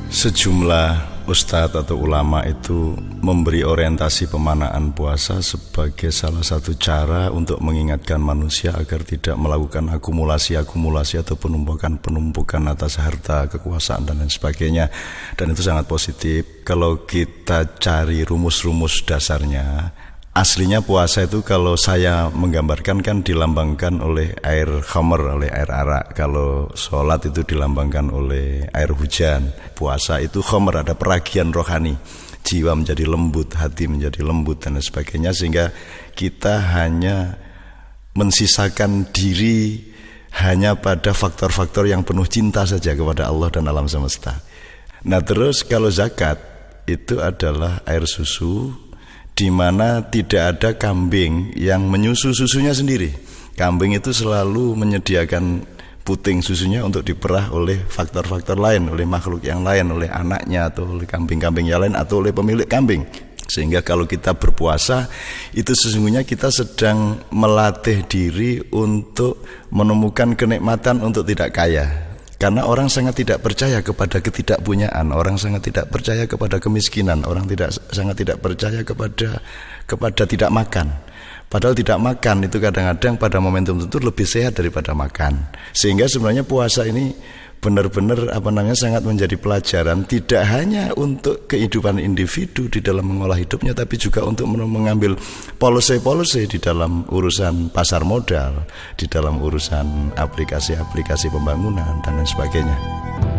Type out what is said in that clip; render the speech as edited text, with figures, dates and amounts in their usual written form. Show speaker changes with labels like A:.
A: Sejumlah ustadz atau ulama itu memberi orientasi pemanaan puasa sebagai salah satu cara untuk mengingatkan manusia agar tidak melakukan akumulasi atau penumpukan atas harta, kekuasaan dan lain sebagainya. Dan itu sangat positif. Kalau kita cari rumus-rumus dasarnya, aslinya puasa itu kalau saya menggambarkan kan dilambangkan oleh air khamr, oleh air arak. Kalau sholat itu dilambangkan oleh air hujan. Puasa itu khamr, ada peragian rohani. Jiwa menjadi lembut, hati menjadi lembut dan sebagainya. Sehingga kita hanya mensisakan diri hanya pada faktor-faktor yang penuh cinta saja kepada Allah dan alam semesta. Nah terus kalau zakat itu adalah air susu, di mana tidak ada kambing yang menyusu susunya sendiri. Kambing itu selalu menyediakan puting susunya untuk diperah oleh faktor-faktor lain, oleh makhluk yang lain, oleh anaknya atau oleh kambing-kambing yang lain atau oleh pemilik kambing. Sehingga kalau kita berpuasa itu sesungguhnya kita sedang melatih diri untuk menemukan kenikmatan untuk tidak kaya. Karena orang sangat tidak percaya kepada ketidakpunyaan, orang sangat tidak percaya kepada kemiskinan, orang sangat tidak percaya kepada tidak makan. Padahal tidak makan itu kadang-kadang pada momentum tertentu lebih sehat daripada makan. Sehingga sebenarnya puasa ini benar-benar sangat menjadi pelajaran tidak hanya untuk kehidupan individu di dalam mengolah hidupnya, tapi juga untuk mengambil policy di dalam urusan pasar modal, di dalam urusan aplikasi-aplikasi pembangunan dan lain sebagainya.